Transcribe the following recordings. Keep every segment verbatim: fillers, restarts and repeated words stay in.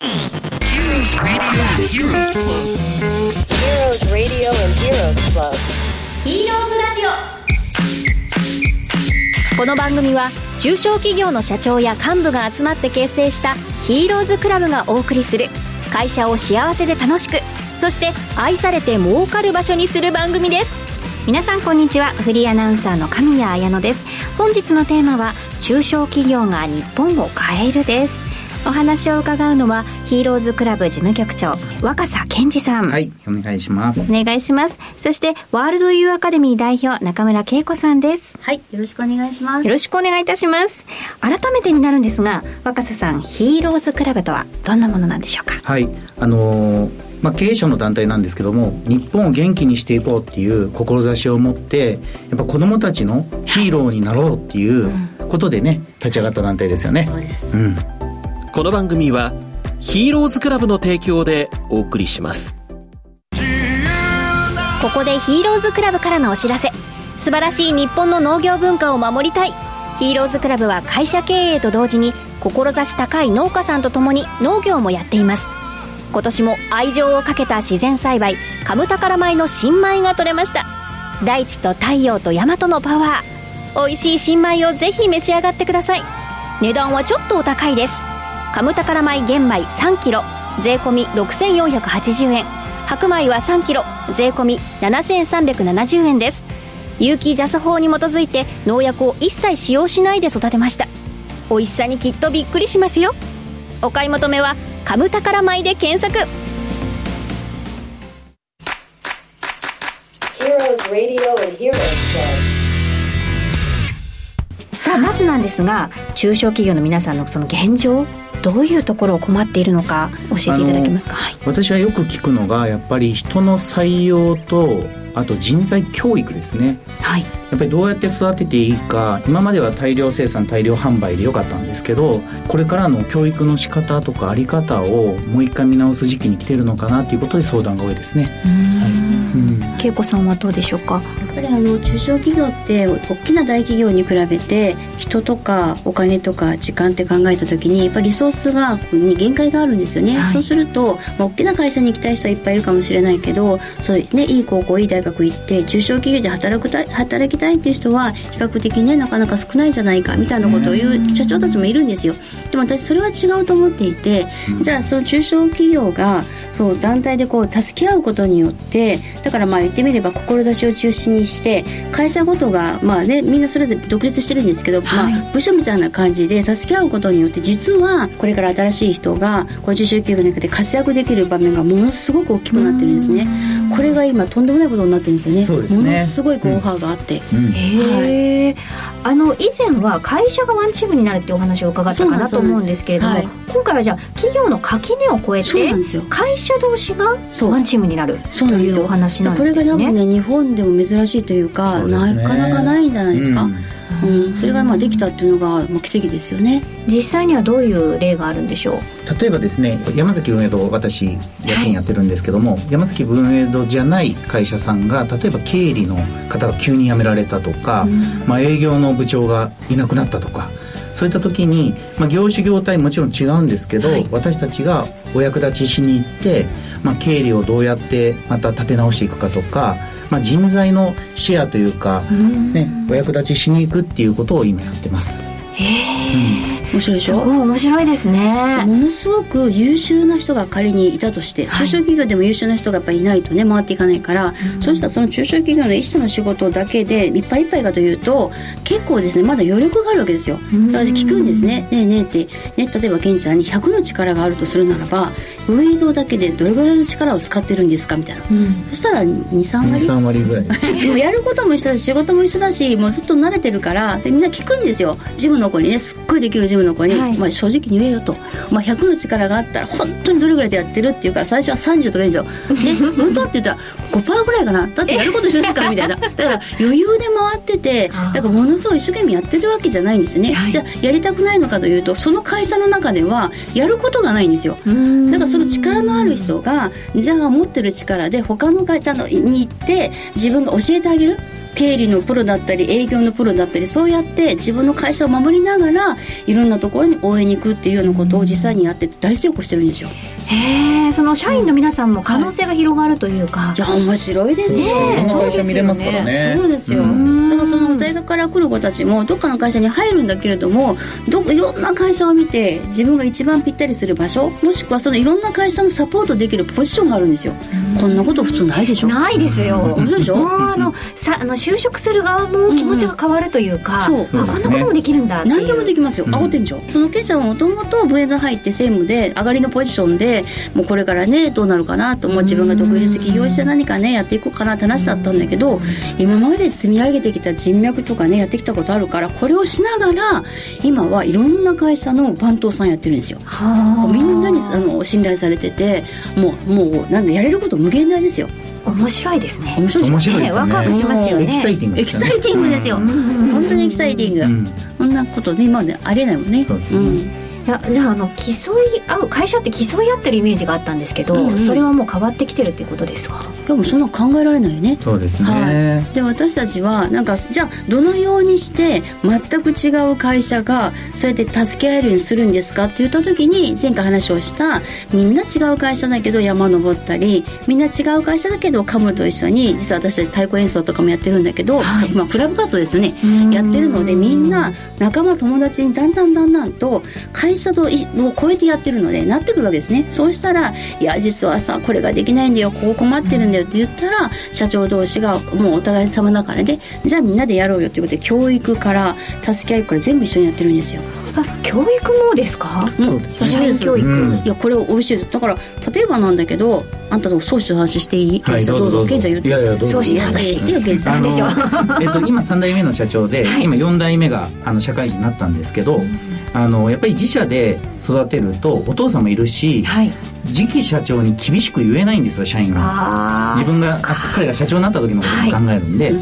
Heroes Radio and Heroes Club Heroes Radio and Heroes Club ヒーローズラジオ。この番組は中小企業の社長や幹部が集まって結成したヒーローズクラブがお送りする会社を幸せで楽しく、そして愛されて儲かる場所にする番組です。皆さんこんにちは。フリーアナウンサーの神谷彩乃です。本日のテーマは中小企業が日本を変えるです。お話を伺うのはヒーローズクラブ事務局長若狭健二さん。 はい、お願いします。 お願いします。そしてワールドユーアカデミー代表中村恵子さんです。 はい、よろしくお願いします。 よろしくお願いいたします。改めてになるんですが、若狭さん、ヒーローズクラブとはどんなものなんでしょうか？ はい、あのーまあ、経営者の団体なんですけども、日本を元気にしていこうっていう志を持って、やっぱ子どもたちのヒーローになろうっていうことでね、立ち上がった団体ですよね。 そうです、 うん、 この番組はヒーローズクラブの提供でお送りします。 ここでヒーローズクラブからのお知らせ。素晴らしい日本の農業文化を守りたい。ヒーローズクラブは会社経営と同時に志高い農家さんと共に農業もやっています。今年も愛情をかけた自然栽培カムタカラ米の新米が取れました。大地と太陽と大和のパワー、美味しい新米をぜひ召し上がってください。値段はちょっとお高いです。カムタカラ米玄米さんキロ税込みろくせんよんひゃくはちじゅうえん、白米はさんキロ税込みななせんさんびゃくななじゅうえんです。有機ジャス法に基づいて農薬を一切使用しないで育てました。美味しさにきっとびっくりしますよ。お買い求めはカムタカラ米で検索。 Heroes Radio and Heroes Club さあまずなんですが、中小企業の皆さんのその現状、どういうところを困っているのか教えていただけますか？はい、 私はよく聞くのがやっぱり人の採用と、あと人材教育ですね。 はい、 やっぱりどうやって育てていいか、今までは大量生産大量販売でよかったんですけど、これからの教育の仕方とかあり方をもう一回見直す時期に来てるのかなということで相談が多いですね。 うーん、はい、うん、恵子さんはどうでしょうか？ やっぱりあの中小企業って大きな大企業に比べて人とかお金とか時間って考えた時にやっぱりリソースがに限界があるんですよね。はい、そうすると、まあ、大きな会社に行きたい人はいっぱいいるかもしれないけど、そういうね、いい高校いい大学行って中小企業で働くたい働きたいっていう人は比較的ねなかなか少ないじゃないかみたいなことを言う社長たちもいるんですよ。でも私それは違うと思っていて、じゃあその中小企業がそう団体でこう助け合うことによって、だからまあ言ってみれば志を中心にして会社ごとがまあねみんなそれぞれ独立してるんですけど、はい、まあ、部署みたいな感じで助け合うことによって実はこれから新しい人がこう中小企業の中で活躍できる場面がものすごく大きくなってるんですね。これが今とんでもないことになってるんですよね。 そうですね、 ものすごいこうオファーがあって、 うんうん、へー、あの以前は会社がワンチームになるっていうお話を伺ったかなと思うんですけれども、はい、今回はじゃあ企業の垣根を越えて会社同士がワンチームになるというお話なんですね。 これが多分ね日本でも珍しいというか、ね、なかなかないんじゃないですか。うんうん、それがまあできたっていうのがもう奇跡ですよね。 実際にはどういう例があるんでしょう？ 例えばですね、山崎文江戸、私役員やってるんですけども、はい、山崎文江戸じゃない会社さんが例えば経理の方が急に辞められたとか、うん、まあ、営業の部長がいなくなったとか、そういった時に、まあ、業種業態もちろん違うんですけど、はい、私たちがお役立ちしに行って、まあ、経理をどうやってまた立て直していくかとか、まあ、人材のシェアというか、ね、お役立ちしに行くっていうことを今やってます。 へー、 面白いでしょ。 すごい面白いですね。 ものすごく優秀な人が仮にいたとして、はい、中小企業でも優秀な人がやっぱりいないとね回っていかないから、うん、そうしたらその中小企業の一社の仕事だけでいっぱいいっぱいかというと結構ですねまだ余力があるわけですよ。私聞くんですね。ねえねえって、ね、例えばケンちゃんにひゃくの力があるとするならば運営動だけでどれぐらいの力を使ってるんですかみたいな、うん、そしたら にさんわりにさんわりぐらいでもやることも一緒だし仕事も一緒だしもうずっと慣れてるからでみんな聞くんですよ。ジムの子にねすっごいできるジムの子に、はい、まあ、正直に言えよと、まあ、ひゃくの力があったら本当にどれぐらいでやってるって言うから最初はさんじゅうとか言うんですよ。で本当って言ったら ごパーセント ぐらいかな、だってやること一緒ですからみたいな。だから余裕で回っててだからものすごい一生懸命やってるわけじゃないんですよね、はい、じゃあやりたくないのかというとその会社の中ではやることがないんですよ。だからその力のある人がじゃあ持ってる力で他の会社に行って自分が教えてあげる経理のプロだったり営業のプロだったり、そうやって自分の会社を守りながらいろんなところに応援に行くっていうようなことを実際にやってて大成功してるんですよ。 へえ、その社員の皆さんも可能性が広がるというか、 はい、いや面白いですよね。 その会社見れますからね。 そうですよ。だからその大学から来る子たちもどっかの会社に入るんだけれども、どいろんな会社を見て自分が一番ぴったりする場所、もしくはそのいろんな会社のサポートできるポジションがあるんですよ。こんなこと普通ないでしょ。 ないですよ。 そうでしょ。 もうあのさあの就職する側も気持ちが変わるというか、うんうん、そう、あ、こんなこともできるんだっていう。 何でもできますよ。青店長、うん、そのケンちゃんはもともとブエド入って専務で上がりのポジションで、もうこれからねどうなるかなと、もう自分が独立起業して何かねやっていこうかなって話だったんだけど、今まで積み上げてきた人脈とかねやってきたことあるから、これをしながら今はいろんな会社の番頭さんやってるんですよ。みんなにあの信頼されてて、もうもうなんでやれること無限大ですよ。 面白いですね。 面白いですね。 面白いですね。 ワクワクしますよね。 エキサイティングエキサイティングですよ。本当にエキサイティング、うん、そんなことね今までありえないもんね。 そうですね。うん、 いや、じゃあ、あの競い合う会社って競い合ってるイメージがあったんですけど、うんうん、それはもう変わってきてるっていうことですか？ でもそんな考えられないよね。 そうですね、 はい、で私たちはなんかじゃあどのようにして全く違う会社がそうやって助け合えるようにするんですかって言った時に、前回話をしたみんな違う会社だけど山登ったり、みんな違う会社だけどカムと一緒に実は私たち太鼓演奏とかもやってるんだけど、はい、まあ、クラブ活動ですよね、やってるので、みんな仲間友達にだんだんだんだんと会社とを超えてやってるのでなってくるわけですね。そうしたら、いや実はさこれができないんだよ、ここ困ってるんだよって言ったら、社長同士がもうお互い様だからね、じゃあみんなでやろうよということで、教育から助け合いから全部一緒にやってるんですよ。 あ、教育もですか？ そうですね、社員教育、うん、いやこれ美味しい。だから例えばなんだけど、あんたの創始の話していい？ はい、 じゃあどうぞ。ケンちゃん言って。いやいやどうぞ。創始の話言ってよ、ケンさん。でしょ。 えっと今さん代目の社長で、はい、今よん代目があの社会人になったんですけど、うん、あのやっぱり自社で育てるとお父さんもいるし、はい、次期社長に厳しく言えないんですよ、社員が。自分が彼が社長になった時のことを考えるんで、はい、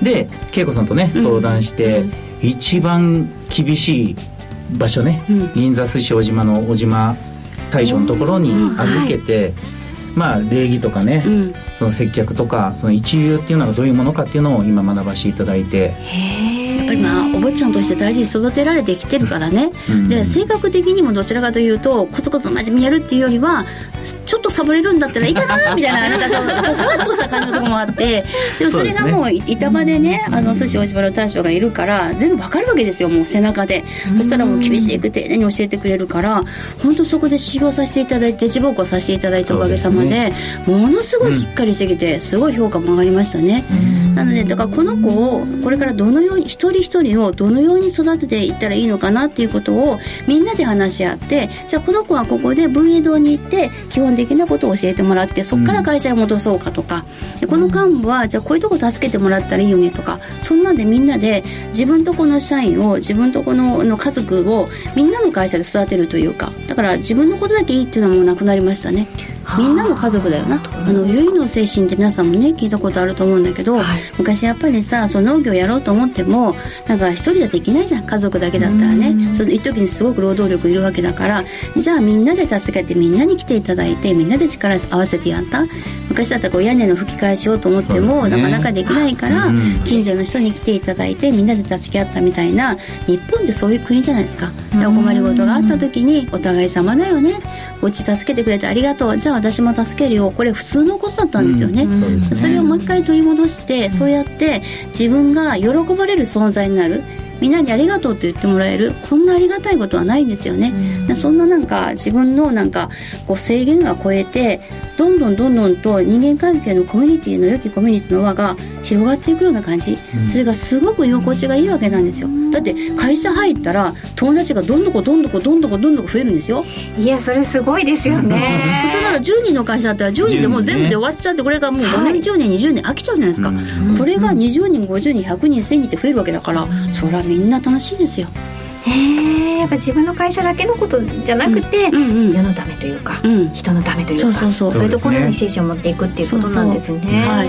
で恵子さんとね相談して、うん、一番厳しい場所ね、うん、銀座寿司小島の小島大将のところに預けて、うん、はい、まあ、礼儀とかね、うん、その接客とかその一流っていうのがどういうものかっていうのを今学ばせていただいて、 へ、やっぱりまあお坊ちゃんとして大事に育てられてきてるからね、うん、で性格的にもどちらかというとコツコツ真面目にやるっていうよりは、ちょっとサボれるんだったらいいかなみたいな、なんかそうふわっとした感じのところもあって、でもそれがもう板場でね、あの寿司大島の大将がいるから全部わかるわけですよ、もう背中で。そしたらもう厳しく丁寧に教えてくれるから、本当そこで修行させていただいて、自奉公させていただいたおかげさまで、ね、ものすごいしっかりしてきて、すごい評価も上がりましたね。なのでだからこの子をこれからどのように一人一人をどのように育てていったらいいのかなっていうことをみんなで話し合って、じゃあこの子はここで文英堂に行って基本的なことを教えてもらって、そこから会社に戻そうかとか、でこの幹部はじゃあこういうとこ助けてもらったらいいよねとか、そんなんでみんなで自分とこの社員を自分とこのの家族をみんなの会社で育てるというか、だから自分のことだけいいっていうのはもうなくなりましたね。みんなの家族だよな。あの結の精神って皆さんもね聞いたことあると思うんだけど、はい、昔やっぱりさ、その農業やろうと思ってもなんか一人じゃできないじゃん、家族だけだったらね。その一時にすごく労働力いるわけだから、じゃあみんなで助けてみんなに来ていただいて、みんなで力合わせてやった。昔だったらこう屋根の吹き替えしようと思っても、ね、なかなかできないから、近所の人に来ていただいてみんなで助け合ったみたいな、日本ってそういう国じゃないですか。でお困りごとがあった時にお互い様だよね、うち助けてくれてありがとう、じゃあ私も助けるよ、これ普通のことだったんですよね、うん、 そうですね。それをもう一回取り戻して、そうやって自分が喜ばれる存在になる、みんなにありがとうって言ってもらえる、こんなありがたいことはないですよね、うん、そんななんか自分のなんかこう制限が超えて、どんどんどんどんと人間関係のコミュニティの良きコミュニティの輪が広がっていくような感じ、うん、それがすごく居心地がいいわけなんですよ。だって会社入ったら友達がどんどこどんどこどんどこどんどこ増えるんですよ。 いやそれすごいですよね。 普通ならじゅうにんの会社だったらじゅうにんでもう全部で終わっちゃって、これがもうごねんじゅうねんにじゅうねん飽きちゃうじゃないですか、うん、これがにじゅうにんごじゅうにんひゃくにんせんにんって増えるわけだから、うん、それはみんな楽しいですよ。 へえ、やっぱ自分の会社だけのことじゃなくて、うんうんうん、世のためというか、うん、人のためというか、そうそうそう、そういうところに精神を持っていくっていうことなんですね。そうそう、はい、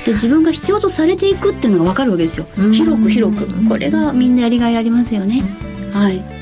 で自分が必要とされていくっていうのが分かるわけですよ。広く広く、これがみんなやりがいありますよね、はい。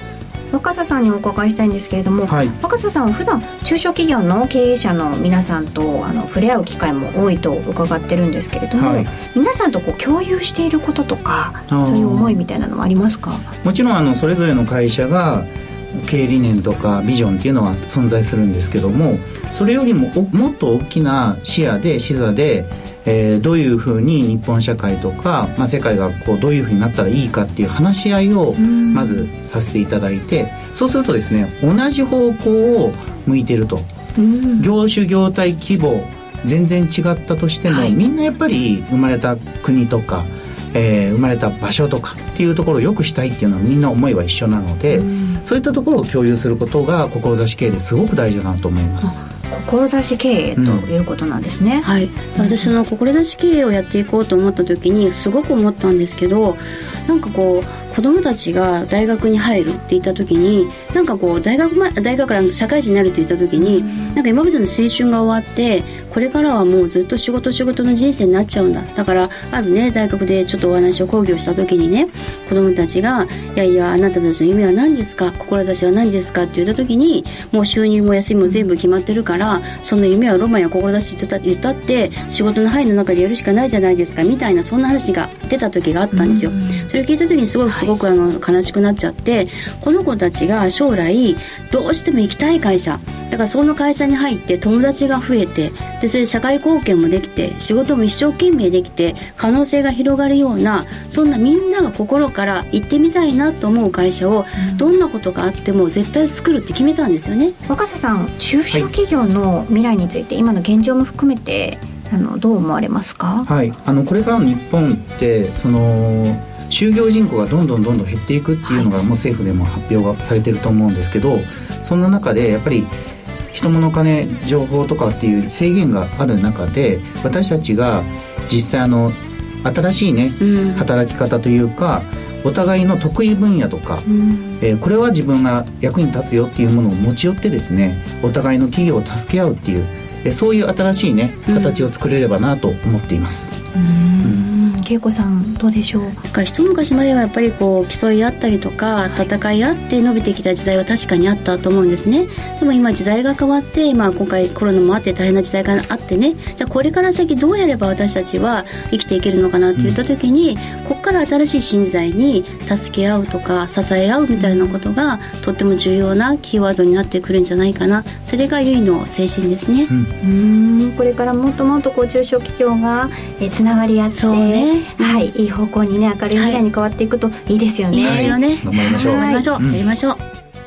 若狭さんにお伺いしたいんですけれども、はい、若狭さんは普段中小企業の経営者の皆さんとあの触れ合う機会も多いと伺ってるんですけれども、はい、皆さんとこう共有していることとかそういう思いみたいなのはありますか？ もちろんあのそれぞれの会社が経営理念とかビジョンっていうのは存在するんですけども、それよりももっと大きな視野で視座で、えー、どういうふうに日本社会とか、まあ、世界がこうどういうふうになったらいいかっていう話し合いをまずさせていただいて、そうするとですね、同じ方向を向いてると、業種業態規模全然違ったとしても、はい、みんなやっぱり生まれた国とか、えー、生まれた場所とかっていうところを良くしたいっていうのはみんな思いは一緒なので、そういったところを共有することが志経営ですごく大事だなと思います。 志経営ということなんですね、うん、 はい、私の志経営をやっていこうと思った時にすごく思ったんですけど、なんかこう子供たちが大学に入るって言った時に、なんかこう大学前大学から社会人になるって言った時に、なんか今までの青春が終わってこれからはもうずっと仕事仕事の人生になっちゃうんだ。だからあるね大学でちょっとお話を講義をした時にね、子供たちがいやいやあなたたちの夢は何ですか、志は何ですかって言った時に、もう収入も休みも全部決まってるから、その夢はロマンや志って言った、言ったって仕事の範囲の中でやるしかないじゃないですかみたいな、そんな話が出た時があったんですよ。それを聞いた時にすごくすごくあの悲しくなっちゃって、この子たちが将来どうしても行きたい会社だから、その会社に入って友達が増えて、でそれで社会貢献もできて仕事も一生懸命できて可能性が広がるような、そんなみんなが心から行ってみたいなと思う会社を、どんなことがあっても絶対作るって決めたんですよね。 若狭さん、中小企業の未来について、はい、今の現状も含めてあのどう思われますか？ はい、あのこれからの日本ってその就業人口がどんどんどんどん減っていくっていうのがもう政府でも発表がされてると思うんですけど、そんな中でやっぱり人物金情報とかっていう制限がある中で、私たちが実際あの新しいね、うん、働き方というか、お互いの得意分野とか、うん、えー、これは自分が役に立つよっていうものを持ち寄ってですね、お互いの企業を助け合うっていう、えー、そういう新しいね形を作れればなと思っています。 うんうん、恵子さんどうでしょう？ なんか一昔前はやっぱりこう競い合ったりとか戦い合って伸びてきた時代は確かにあったと思うんですね。でも今時代が変わって、まあ、今回コロナもあって大変な時代があってね、じゃあこれから先どうやれば私たちは生きていけるのかなって言った時に、うん、ここから新しい新時代に助け合うとか支え合うみたいなことがとっても重要なキーワードになってくるんじゃないかな。それがゆいの精神ですね、うん、うーん、これからもっともっとこう中小企業がえつながり合って、そうね、はい、いい方向にね、明るい未来に変わっていくといいですよね、 はい、いいですよね、 頑張りましょう、 頑張りましょう、うん、やりましょう。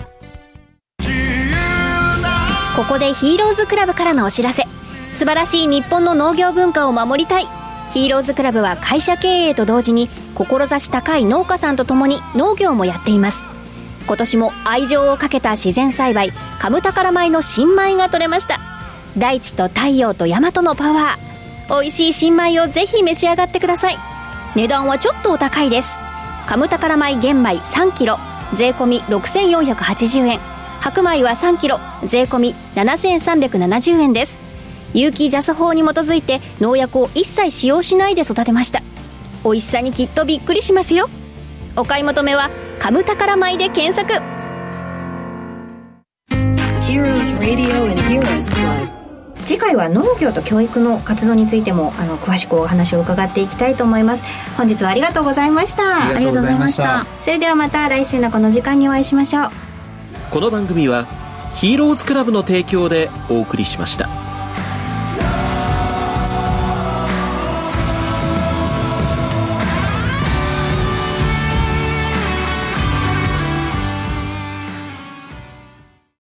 ここでヒーローズクラブからのお知らせ。素晴らしい日本の農業文化を守りたい。ヒーローズクラブは会社経営と同時に志高い農家さんと共に農業もやっています。今年も愛情をかけた自然栽培カムタカラ米の新米が取れました。大地と太陽と大和のパワー、美味しい新米をぜひ召し上がってください。値段はちょっとお高いです。カムタカラ米玄米さんキロ税込みろくせんよんひゃくはちじゅうえん、白米はさんキロ税込みななせんさんびゃくななじゅうえんです。有機ジャス法に基づいて農薬を一切使用しないで育てました。美味しさにきっとびっくりしますよ。お買い求めはカムタカラ米で検索。 Heroes Radio and Heroes Club。 次回は農業と教育の活動についてもあの詳しくお話を伺っていきたいと思います。本日はありがとうございました。 ありがとうございました。 それではまた来週のこの時間にお会いしましょう。 この番組はヒーローズクラブの提供でお送りしました。